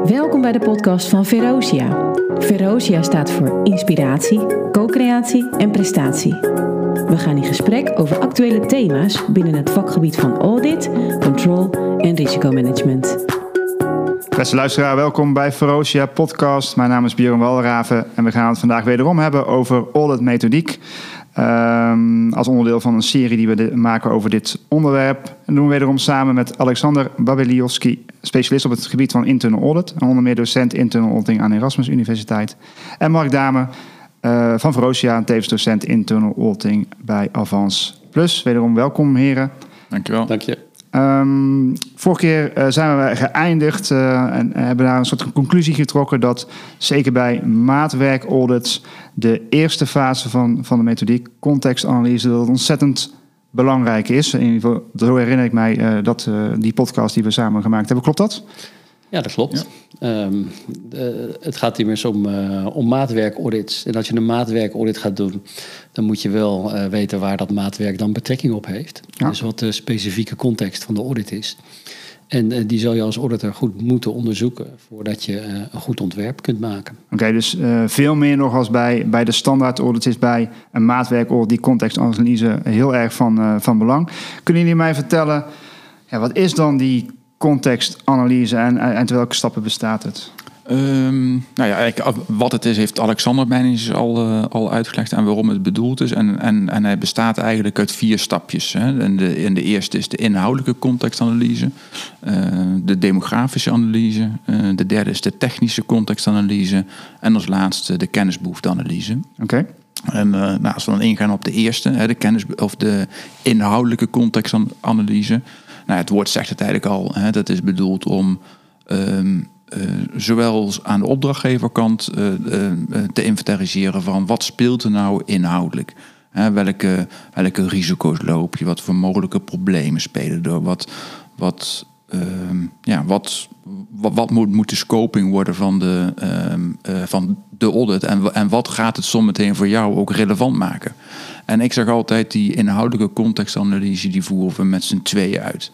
Welkom bij de podcast van Verosia. Verosia staat voor inspiratie, co-creatie en prestatie. We gaan in gesprek over actuele thema's binnen het vakgebied van audit, control en risicomanagement. Beste luisteraar, welkom bij Verosia podcast. Mijn naam is Björn Walraven en we gaan het vandaag wederom hebben over auditmethodiek. Als onderdeel van een serie die we maken over dit onderwerp. En dat doen we wederom samen met Alexander Babeliowski, specialist op het gebied van internal audit. En onder meer docent internal auditing aan Erasmus Universiteit. En Mark Dame van Verosia, tevens docent internal auditing bij Avans Plus. Wederom welkom, heren. Dankjewel. Dank je. Vorige keer zijn we geëindigd en hebben daar een soort conclusie getrokken dat zeker bij maatwerkaudits de eerste fase van de methodiek, contextanalyse, dat het ontzettend belangrijk is. In ieder geval, zo herinner ik mij dat die podcast die we samen gemaakt hebben. Klopt dat? Ja, dat klopt. Ja. Het gaat immers om maatwerkaudits. En als je een maatwerkaudit gaat doen, dan moet je wel weten waar dat maatwerk dan betrekking op heeft. Ja. Dus wat de specifieke context van de audit is. En die zal je als auditor goed moeten onderzoeken voordat je een goed ontwerp kunt maken. Oké, dus veel meer nog als bij de standaard audits is bij een maatwerkaudit die contextanalyse heel erg van belang. Kunnen jullie mij vertellen, wat is dan die contextanalyse en uit welke stappen bestaat het? Wat het is, heeft Alexander mij al uitgelegd en waarom het bedoeld is. En hij bestaat eigenlijk uit 4 stapjes. Hè. En de eerste is de inhoudelijke contextanalyse, de demografische analyse, de derde is de technische contextanalyse en als laatste de kennisbehoefteanalyse. Oké. En als we dan ingaan op de eerste, de inhoudelijke contextanalyse. Het woord zegt het eigenlijk al. Dat is bedoeld om zowel aan de opdrachtgeverkant te inventariseren van wat speelt er nou inhoudelijk. Welke risico's loop je? Wat voor mogelijke problemen spelen er? Wat moet de scoping worden van de audit? En wat gaat het zometeen voor jou ook relevant maken? En ik zeg altijd, die inhoudelijke contextanalyse die voeren we met z'n tweeën uit.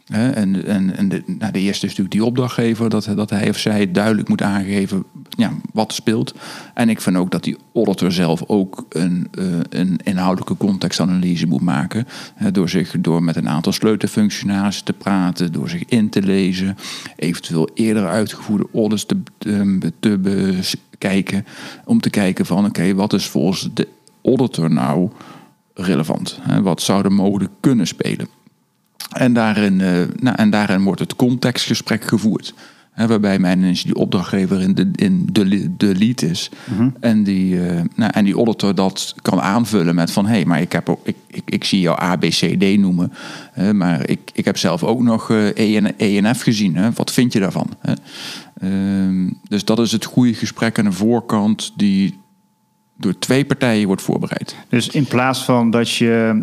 De eerste is natuurlijk die opdrachtgever, dat hij of zij duidelijk moet aangeven wat speelt. En ik vind ook dat die auditor zelf ook een inhoudelijke contextanalyse moet maken. Door met een aantal sleutelfunctionarissen te praten, door zich in te lezen, eventueel eerder uitgevoerde audits te bekijken, om te kijken van wat is volgens de auditor nou relevant? Wat zou er mogelijk kunnen spelen? En daarin wordt het contextgesprek gevoerd. Waarbij die opdrachtgever in de lead is. Mm-hmm. En die auditor dat kan aanvullen met van maar ik zie jou A, B, C, D noemen. Maar ik heb zelf ook nog E en F gezien. Wat vind je daarvan? Dus dat is het goede gesprek aan de voorkant die door 2 partijen wordt voorbereid. Dus in plaats van dat je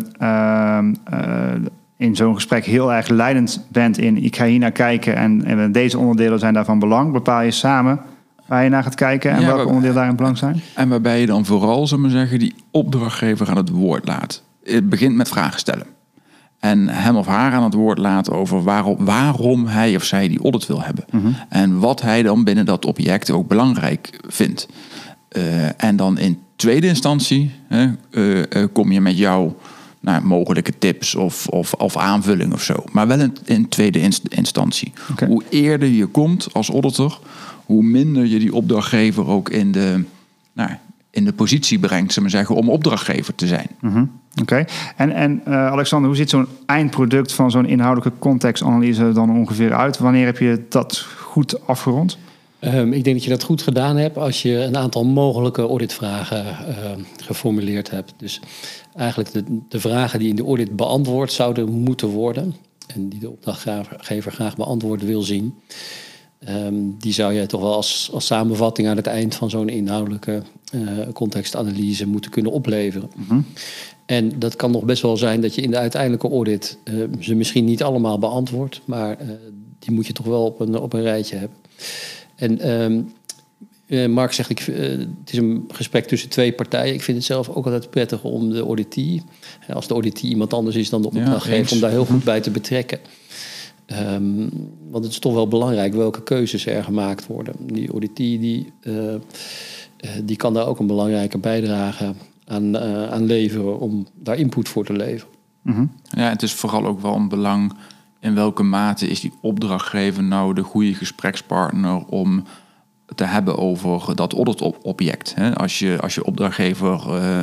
in zo'n gesprek heel erg leidend bent in ik ga hier naar kijken en deze onderdelen zijn daarvan belang, bepaal je samen waar je naar gaat kijken en welke onderdelen daarin belang zijn? En waarbij je dan vooral, zullen we zeggen, die opdrachtgever aan het woord laat. Het begint met vragen stellen. En hem of haar aan het woord laten over waarom hij of zij die audit wil hebben. Mm-hmm. En wat hij dan binnen dat object ook belangrijk vindt. En dan in tweede instantie kom je met jouw mogelijke tips of aanvulling of zo. Maar wel in tweede instantie. Okay. Hoe eerder je komt als auditor, hoe minder je die opdrachtgever ook in de positie brengt, zullen we zeggen, om opdrachtgever te zijn. Mm-hmm. Oké. En Alexander, hoe ziet zo'n eindproduct van zo'n inhoudelijke contextanalyse dan ongeveer uit? Wanneer heb je dat goed afgerond? Ik denk dat je dat goed gedaan hebt als je een aantal mogelijke auditvragen geformuleerd hebt. Dus eigenlijk de vragen die in de audit beantwoord zouden moeten worden en die de opdrachtgever graag beantwoord wil zien, die zou je toch wel als samenvatting aan het eind van zo'n inhoudelijke contextanalyse moeten kunnen opleveren. Mm-hmm. En dat kan nog best wel zijn dat je in de uiteindelijke audit ze misschien niet allemaal beantwoordt, maar die moet je toch wel op een rijtje hebben. En Mark zegt, het is een gesprek tussen 2 partijen. Ik vind het zelf ook altijd prettig om de auditee, als de auditee iemand anders is dan de opdrachtgever, om daar heel goed bij te betrekken. Want het is toch wel belangrijk welke keuzes er gemaakt worden. Die auditie die kan daar ook een belangrijke bijdrage aan leveren om daar input voor te leveren. Mm-hmm. Ja, het is vooral ook wel een belang in welke mate is die opdrachtgever nou de goede gesprekspartner om te hebben over dat auditobject. Als je opdrachtgever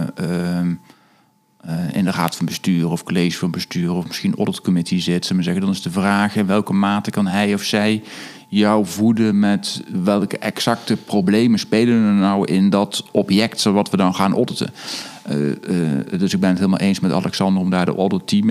in de raad van bestuur of college van bestuur of misschien auditcommittee zit, dan is de vraag in welke mate kan hij of zij jou voeden met welke exacte problemen spelen er nou in dat object zodat we dan gaan auditen. Dus ik ben het helemaal eens met Alexander om daar de audit team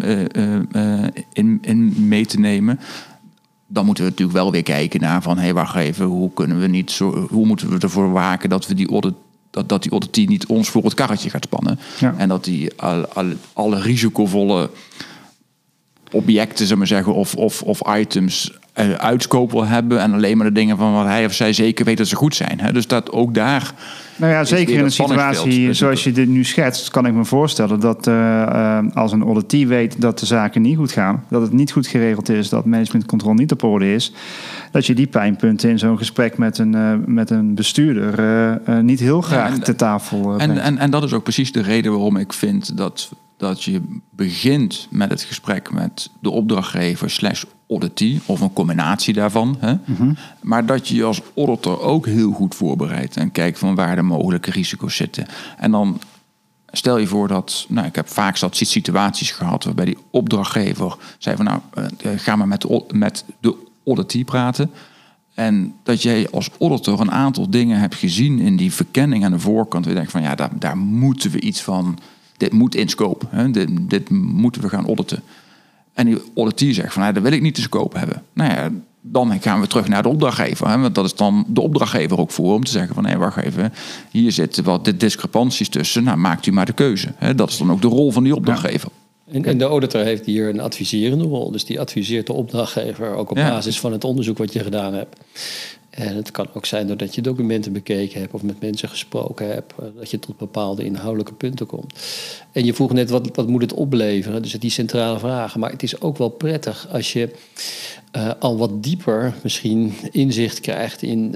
mee te nemen. Dan moeten we natuurlijk wel weer kijken naar van wacht even, hoe moeten we ervoor waken dat we die audit team niet ons voor het karretje gaat spannen. Ja. En dat die alle risicovolle objecten, zullen we zeggen, of items uitscope wil hebben en alleen maar de dingen van wat hij of zij zeker weet dat ze goed zijn. Dus dat ook daar. Nou ja, zeker in een situatie zoals je dit nu schetst, kan ik me voorstellen dat als een auditee weet dat de zaken niet goed gaan, dat het niet goed geregeld is, dat managementcontrole niet op orde is, dat je die pijnpunten in zo'n gesprek met een bestuurder niet heel graag te tafel brengt. En dat is ook precies de reden waarom ik vind dat je begint met het gesprek met de opdrachtgever / auditee of een combinatie daarvan. Mm-hmm. Maar dat je je als auditor ook heel goed voorbereidt en kijkt van waar de mogelijke risico's zitten. En dan stel je voor dat, ik heb vaak situaties gehad waarbij die opdrachtgever zei van ga maar met de auditee praten. En dat jij als auditor een aantal dingen hebt gezien in die verkenning aan de voorkant. Waar je denkt van daar moeten we iets van. Dit moet in scope. Dit moeten we gaan auditen. En die auditee zegt van dat wil ik niet in scope hebben. Dan gaan we terug naar de opdrachtgever. Want dat is dan de opdrachtgever ook voor om te zeggen van wacht even. Hier zitten wat discrepanties tussen. Maakt u maar de keuze. Dat is dan ook de rol van die opdrachtgever. Ja. En de auditor heeft hier een adviserende rol. Dus die adviseert de opdrachtgever ook op basis van het onderzoek wat je gedaan hebt. En het kan ook zijn doordat je documenten bekeken hebt of met mensen gesproken hebt, dat je tot bepaalde inhoudelijke punten komt. En je vroeg net, wat moet het opleveren? Dus die centrale vragen. Maar het is ook wel prettig als je al wat dieper misschien inzicht krijgt in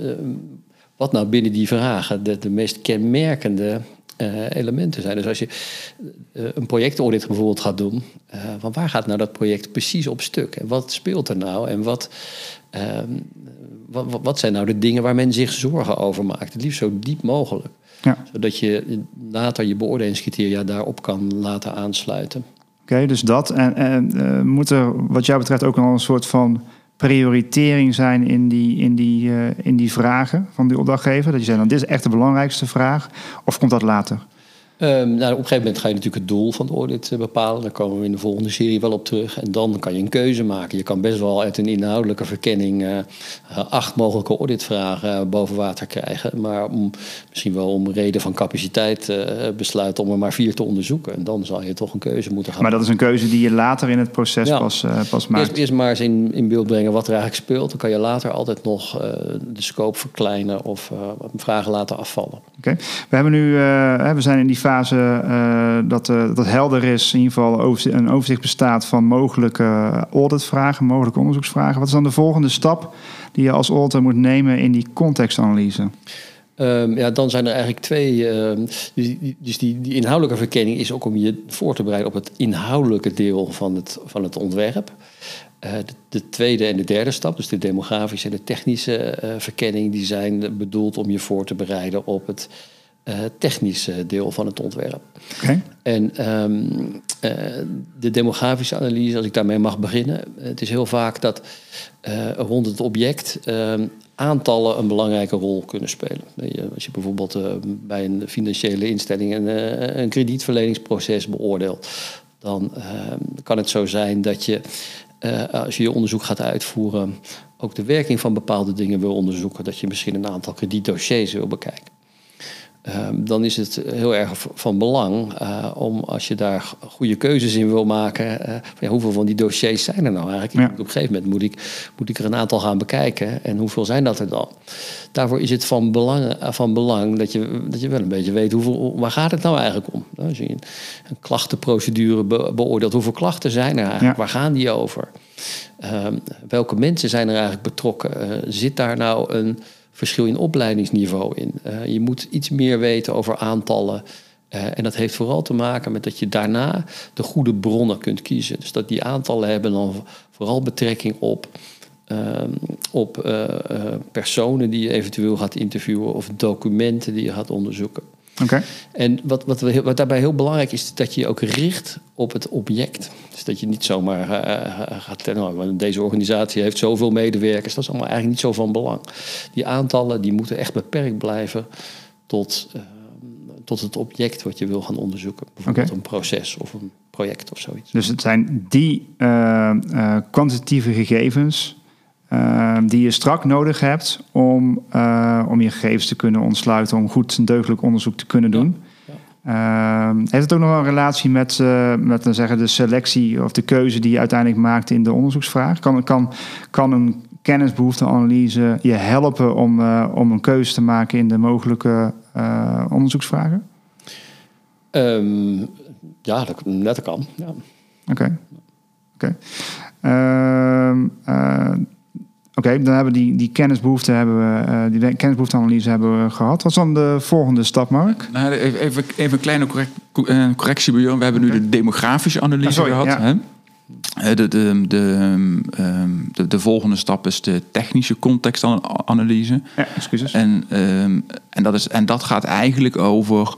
wat nou binnen die vragen de meest kenmerkende elementen zijn. Dus als je een projectaudit bijvoorbeeld gaat doen, van waar gaat nou dat project precies op stuk? En wat speelt er nou? En wat zijn nou de dingen waar men zich zorgen over maakt? Het liefst zo diep mogelijk. Ja. Zodat je later je beoordelingscriteria daarop kan laten aansluiten. Oké, dus dat. En moet er wat jou betreft ook al een soort van prioritering zijn in die vragen van die opdrachtgever? Dat je zegt, dit is echt de belangrijkste vraag. Of komt dat later? Op een gegeven moment ga je natuurlijk het doel van de audit bepalen. Daar komen we in de volgende serie wel op terug. En dan kan je een keuze maken. Je kan best wel uit een inhoudelijke verkenning 8 mogelijke auditvragen boven water krijgen. Maar misschien wel om reden van capaciteit besluiten om er maar 4 te onderzoeken. En dan zal je toch een keuze moeten gaan. Maar dat is een keuze die je later in het proces pas maakt. Eerst maar eens in beeld brengen wat er eigenlijk speelt. Dan kan je later altijd nog de scope verkleinen of vragen laten afvallen. Oké. We zijn in die fase dat helder is, in ieder geval een overzicht bestaat van mogelijke auditvragen, mogelijke onderzoeksvragen. Wat is dan de volgende stap die je als auditor moet nemen in die contextanalyse? Dan zijn er eigenlijk 2. Dus die inhoudelijke verkenning is ook om je voor te bereiden op het inhoudelijke deel van het ontwerp. De tweede en de derde stap, dus de demografische en de technische verkenning, die zijn bedoeld om je voor te bereiden op het technische deel van het ontwerp. Okay. En de demografische analyse, als ik daarmee mag beginnen, het is heel vaak dat rond het object aantallen een belangrijke rol kunnen spelen. Als je bijvoorbeeld bij een financiële instelling een kredietverleningsproces beoordeelt, dan kan het zo zijn dat je, als je je onderzoek gaat uitvoeren, ook de werking van bepaalde dingen wil onderzoeken, dat je misschien een aantal kredietdossiers wil bekijken. Dan is het heel erg van belang om, als je daar goede keuzes in wil maken, hoeveel van die dossiers zijn er nou eigenlijk? Op een gegeven moment moet ik er een aantal gaan bekijken. En hoeveel zijn dat er dan? Daarvoor is het van belang dat je wel een beetje weet waar gaat het nou eigenlijk om? Als je een klachtenprocedure beoordeelt, hoeveel klachten zijn er eigenlijk? Waar gaan die over? Welke mensen zijn er eigenlijk betrokken? Zit daar nou een verschil in opleidingsniveau in? Je moet iets meer weten over aantallen. En dat heeft vooral te maken met dat je daarna de goede bronnen kunt kiezen. Dus dat die aantallen hebben dan vooral betrekking op personen die je eventueel gaat interviewen of documenten die je gaat onderzoeken. Okay. En wat daarbij heel belangrijk is, dat je je ook richt op het object. Dus dat je niet zomaar gaat tellen, deze organisatie heeft zoveel medewerkers. Dat is allemaal eigenlijk niet zo van belang. Die aantallen die moeten echt beperkt blijven tot het object wat je wil gaan onderzoeken. Bijvoorbeeld een proces of een project of zoiets. Dus het zijn die kwantitatieve gegevens die je strak nodig hebt om je gegevens te kunnen ontsluiten, om goed en deugdelijk onderzoek te kunnen doen. Heeft het ook nog wel een relatie met de selectie of de keuze die je uiteindelijk maakt in de onderzoeksvraag? Kan een kennisbehoefteanalyse je helpen om een keuze te maken in de mogelijke onderzoeksvragen? Dat kan. Ja. Oké. Dan hebben we die kennisbehoefteanalyse hebben we gehad. Wat is dan de volgende stap, Mark? Nou, even een kleine correctie, Björn. We hebben nu de demografische analyse gehad. Ja. Hè? De volgende stap is de technische contextanalyse. Ja, excuses. En dat gaat eigenlijk over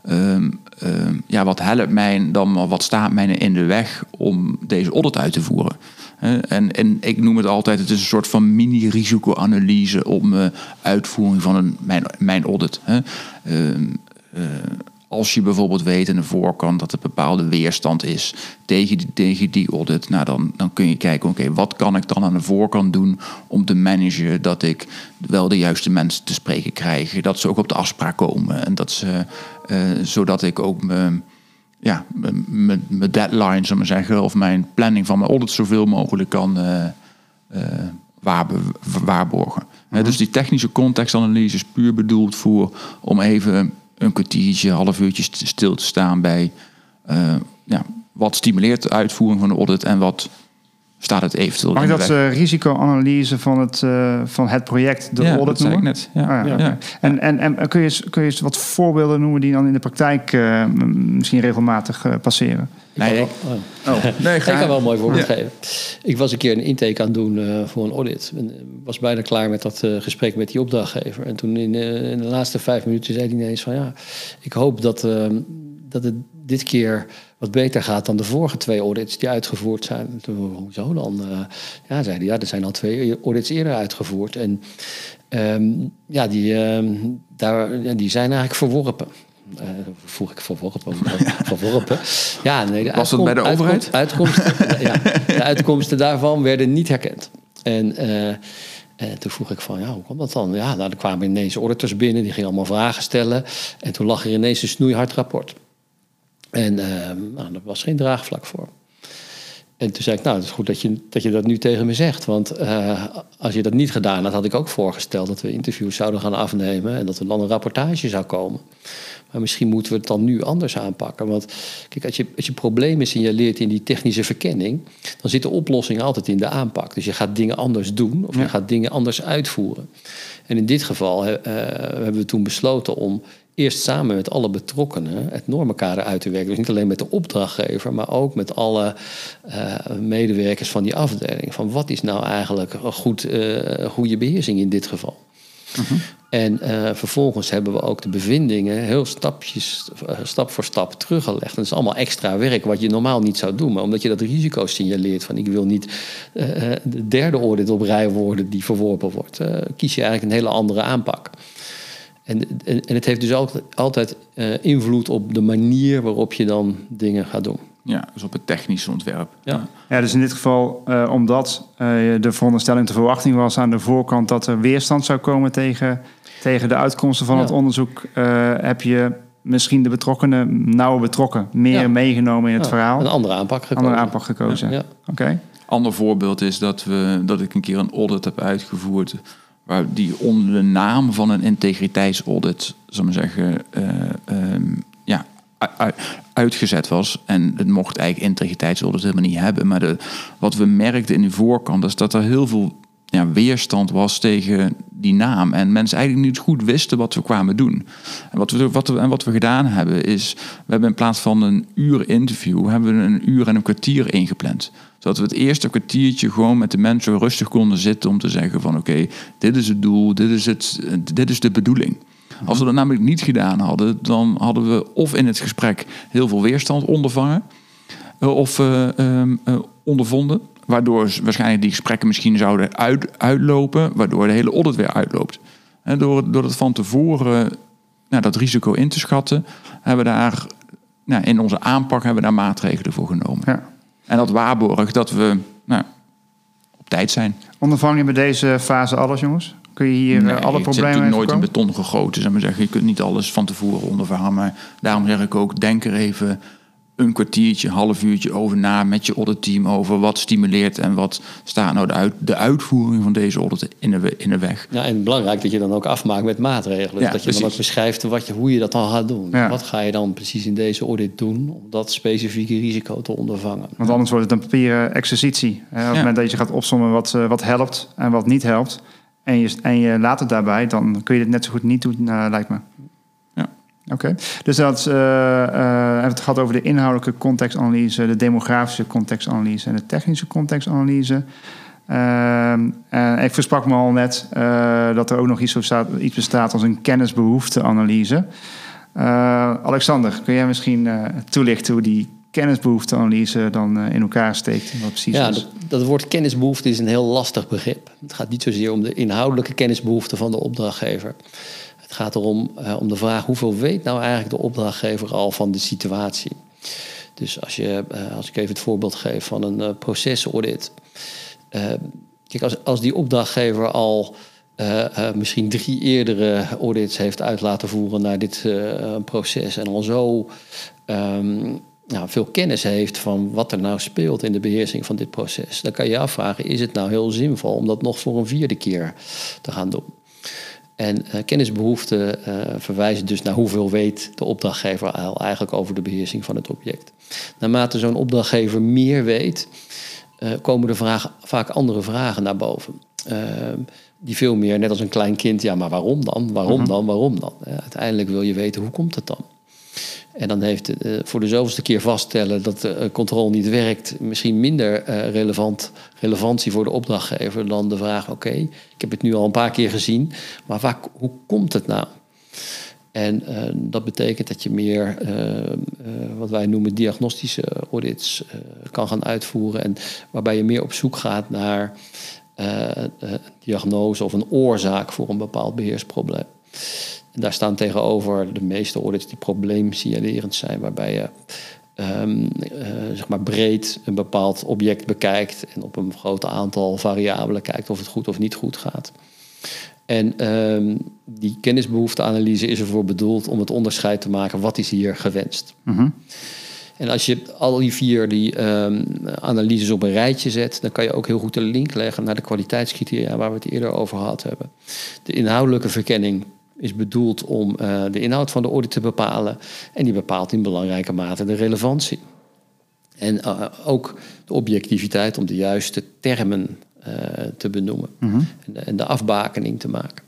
wat helpt mij dan, wat staat mij in de weg om deze audit uit te voeren. En ik noem het altijd, het is een soort van mini-risicoanalyse op uitvoering van mijn audit. Als je bijvoorbeeld weet aan de voorkant dat er bepaalde weerstand is tegen die audit, nou dan kun je kijken, oké, wat kan ik dan aan de voorkant doen om te managen dat ik wel de juiste mensen te spreken krijg, dat ze ook op de afspraak komen en dat ze, zodat ik ook mijn deadline, zullen we zeggen, of mijn planning van mijn audit zoveel mogelijk kan waarborgen. Dus die technische contextanalyse is puur bedoeld om even een kwartiertje, half uurtje stil te staan bij wat stimuleert de uitvoering van de audit en wat staat het eventueel Mag in de dat weg. Risicoanalyse van het project de audit noemen? Net. Ja. Okay. En kun je eens wat voorbeelden noemen die dan in de praktijk misschien regelmatig passeren? Ik kan wel een mooi voorbeeld geven. Ik was een keer een intake aan het doen voor een audit. En was bijna klaar met dat gesprek met die opdrachtgever. En toen in de laatste 5 minuten zei hij ineens van ik hoop dat het dit keer wat beter gaat dan de vorige 2 audits die uitgevoerd zijn. En toen, hoezo dan? Zei hij, er zijn al 2 audits eerder uitgevoerd. En die zijn eigenlijk verworpen. Vroeg ik verworpen? Ja, nee. Was dat bij de overheid? De uitkomsten daarvan werden niet herkend. En toen vroeg ik van, hoe kwam dat dan? Er kwamen ineens auditors binnen, die gingen allemaal vragen stellen. En toen lag er ineens een snoeihard rapport. En daar was geen draagvlak voor. En toen zei ik, het is goed dat je dat nu tegen me zegt. Want als je dat niet gedaan had ik ook voorgesteld dat we interviews zouden gaan afnemen en dat er dan een rapportage zou komen. Maar misschien moeten we het dan nu anders aanpakken. Want kijk, als je problemen signaleert in die technische verkenning, dan zit de oplossing altijd in de aanpak. Dus je gaat dingen anders doen of je gaat dingen anders uitvoeren. En in dit geval hebben we toen besloten om eerst samen met alle betrokkenen het normenkader uit te werken. Dus niet alleen met de opdrachtgever, maar ook met alle medewerkers van die afdeling. Van wat is nou eigenlijk een goede beheersing in dit geval? Uh-huh. En vervolgens hebben we ook de bevindingen heel stap voor stap teruggelegd. En dat is allemaal extra werk wat je normaal niet zou doen. Maar omdat je dat risico signaleert van ik wil niet de derde audit op rij worden die verworpen wordt, kies je eigenlijk een hele andere aanpak. En het heeft dus altijd invloed op de manier waarop je dan dingen gaat doen. Ja, dus op het technische ontwerp. Ja, dus in dit geval, omdat de veronderstelling, de verwachting was aan de voorkant dat er weerstand zou komen tegen de uitkomsten van het onderzoek, heb je misschien de betrokkenen, nauwer betrokken, meer meegenomen in het verhaal. Een andere aanpak gekozen. Ja. Oké. Ander voorbeeld is dat ik een keer een audit heb uitgevoerd, waar die onder de naam van een integriteitsaudit, zal ik maar zeggen, uitgezet was. En het mocht eigenlijk integriteitsaudit helemaal niet hebben. Maar wat we merkten in de voorkant is dat er heel veel weerstand was tegen die naam. En mensen eigenlijk niet goed wisten wat we kwamen doen. En wat we gedaan hebben is, we hebben in plaats van een uur interview, hebben we een uur en een kwartier ingepland. Zodat we het eerste kwartiertje gewoon met de mensen rustig konden zitten om te zeggen van oké, dit is het doel, dit is de bedoeling. Als we dat namelijk niet gedaan hadden, dan hadden we of in het gesprek heel veel weerstand ondervangen of ondervonden. Waardoor waarschijnlijk die gesprekken misschien zouden uitlopen, waardoor de hele audit weer uitloopt. En door het van tevoren dat risico in te schatten, hebben we daar in onze aanpak hebben we daar maatregelen voor genomen. Ja. En dat waarborgt dat we op tijd zijn. Ondervang je bij deze fase alles, jongens? Kun je hier alle problemen mee voorkomen? Het is nooit in beton gegoten. Zeg maar zeggen. Je kunt niet alles van tevoren ondervangen. Maar daarom zeg ik ook, denk er even een kwartiertje, half uurtje over na met je auditteam over wat stimuleert en wat staat nou de uitvoering van deze audit in de weg. Ja, en belangrijk dat je dan ook afmaakt met maatregelen. Ja, dat je dan ook beschrijft hoe je dat dan gaat doen. Ja. Wat ga je dan precies in deze audit doen om dat specifieke risico te ondervangen? Want anders wordt het een papieren exercitie. Op het moment dat je gaat opsommen wat helpt en wat niet helpt, en je laat het daarbij, dan kun je het net zo goed niet doen, lijkt me. Oké. Dus dat hebben we het gehad over de inhoudelijke contextanalyse, de demografische contextanalyse en de technische contextanalyse. Ik versprak me al net dat er ook nog iets bestaat als een kennisbehoefteanalyse. Alexander, kun jij misschien toelichten hoe die kennisbehoefteanalyse dan in elkaar steekt? Wat precies is? Dat woord kennisbehoefte is een heel lastig begrip. Het gaat niet zozeer om de inhoudelijke kennisbehoefte van de opdrachtgever. Het gaat erom om de vraag hoeveel weet nou eigenlijk de opdrachtgever al van de situatie. Dus als ik even het voorbeeld geef van een procesaudit. Kijk, als die opdrachtgever al misschien 3 eerdere audits heeft uit laten voeren naar dit proces en al zo veel kennis heeft van wat er nou speelt in de beheersing van dit proces, dan kan je je afvragen, is het nou heel zinvol om dat nog voor een 4e keer te gaan doen? En kennisbehoeften verwijzen dus naar hoeveel weet de opdrachtgever eigenlijk over de beheersing van het object. Naarmate zo'n opdrachtgever meer weet, komen er vaak andere vragen naar boven. Die veel meer, net als een klein kind, maar waarom dan? Waarom dan? Uiteindelijk wil je weten, hoe komt het dan? En dan heeft voor de zoveelste keer vaststellen dat de controle niet werkt misschien minder relevantie voor de opdrachtgever dan de vraag, oké, ik heb het nu al een paar keer gezien, maar hoe komt het nou? En dat betekent dat je meer wat wij noemen diagnostische audits kan gaan uitvoeren en waarbij je meer op zoek gaat naar een diagnose of een oorzaak voor een bepaald beheersprobleem. En daar staan tegenover de meeste audits die probleemsignalerend zijn, waarbij je breed een bepaald object bekijkt en op een groot aantal variabelen kijkt of het goed of niet goed gaat. En die kennisbehoefteanalyse is ervoor bedoeld om het onderscheid te maken, wat is hier gewenst. Mm-hmm. En als je al die 4 analyses op een rijtje zet, dan kan je ook heel goed de link leggen naar de kwaliteitscriteria waar we het eerder over gehad hebben. De inhoudelijke verkenning is bedoeld om de inhoud van de audit te bepalen. En die bepaalt in belangrijke mate de relevantie. En ook de objectiviteit om de juiste termen te benoemen. Mm-hmm. En de afbakening te maken.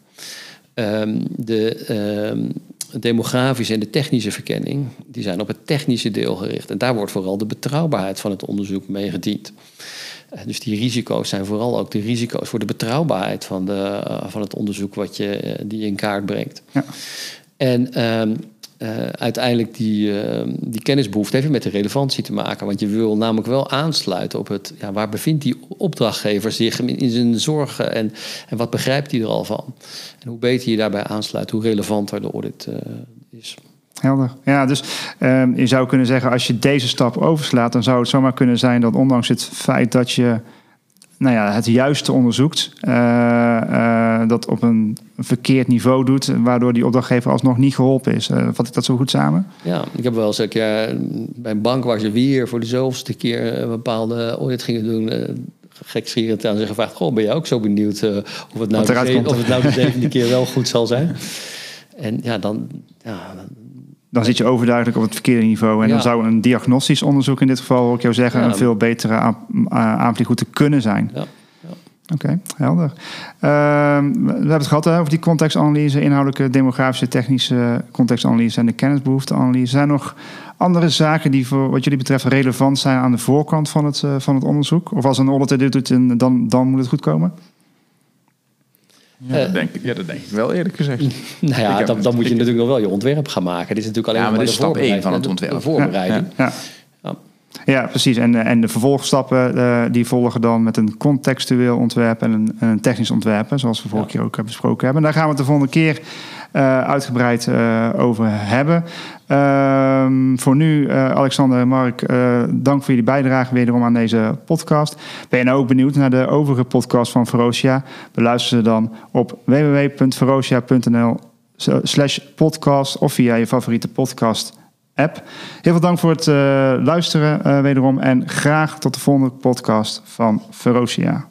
De demografische en de technische verkenning, die zijn op het technische deel gericht. En daar wordt vooral de betrouwbaarheid van het onderzoek mee gediend. Dus die risico's zijn vooral ook de risico's voor de betrouwbaarheid van het onderzoek die in kaart brengt. Ja. En uiteindelijk die kennisbehoefte heeft met de relevantie te maken. Want je wil namelijk wel aansluiten op het, waar bevindt die opdrachtgever zich in zijn zorgen en wat begrijpt hij er al van. En hoe beter je daarbij aansluit, hoe relevanter de audit is. Helder. Ja, dus je zou kunnen zeggen, als je deze stap overslaat, dan zou het zomaar kunnen zijn dat ondanks het feit dat je het juiste onderzoekt, dat op een verkeerd niveau doet, waardoor die opdrachtgever alsnog niet geholpen is. Vat ik dat zo goed samen? Ja, ik heb wel eens bij een bank waar ze weer voor de zoveelste keer een bepaalde audit gingen doen, gekscherend aan zich gevraagd, goh, ben je ook zo benieuwd of het nou de zevende keer wel goed zal zijn? En dan zit je overduidelijk op het verkeerde niveau. En dan zou een diagnostisch onderzoek in dit geval, hoor ik jou zeggen, een veel betere aanvliegroute kunnen zijn. Ja. Oké, helder. We hebben het gehad over die contextanalyse, inhoudelijke, demografische, technische contextanalyse en de kennisbehoefteanalyse. Zijn er nog andere zaken die voor wat jullie betreft relevant zijn aan de voorkant van het onderzoek? Of als een auditor dit doet, dan moet het goed komen? Ja, dat denk ik wel, eerlijk gezegd. Dan moet je natuurlijk nog wel je ontwerp gaan maken. Dit is natuurlijk alleen maar de stap 1 van het ontwerp. De voorbereiding. Ja, precies. En de vervolgstappen die volgen dan met een contextueel ontwerp en een technisch ontwerp, zoals we vorige keer ook besproken hebben. En daar gaan we het de volgende keer uitgebreid over hebben. Voor nu, Alexander en Mark, dank voor jullie bijdrage wederom aan deze podcast. Ben je nou ook benieuwd naar de overige podcast van Ferocia? Beluister ze dan op www.ferocia.nl/podcast of via je favoriete podcast app. Heel veel dank voor het luisteren wederom en graag tot de volgende podcast van Ferocia.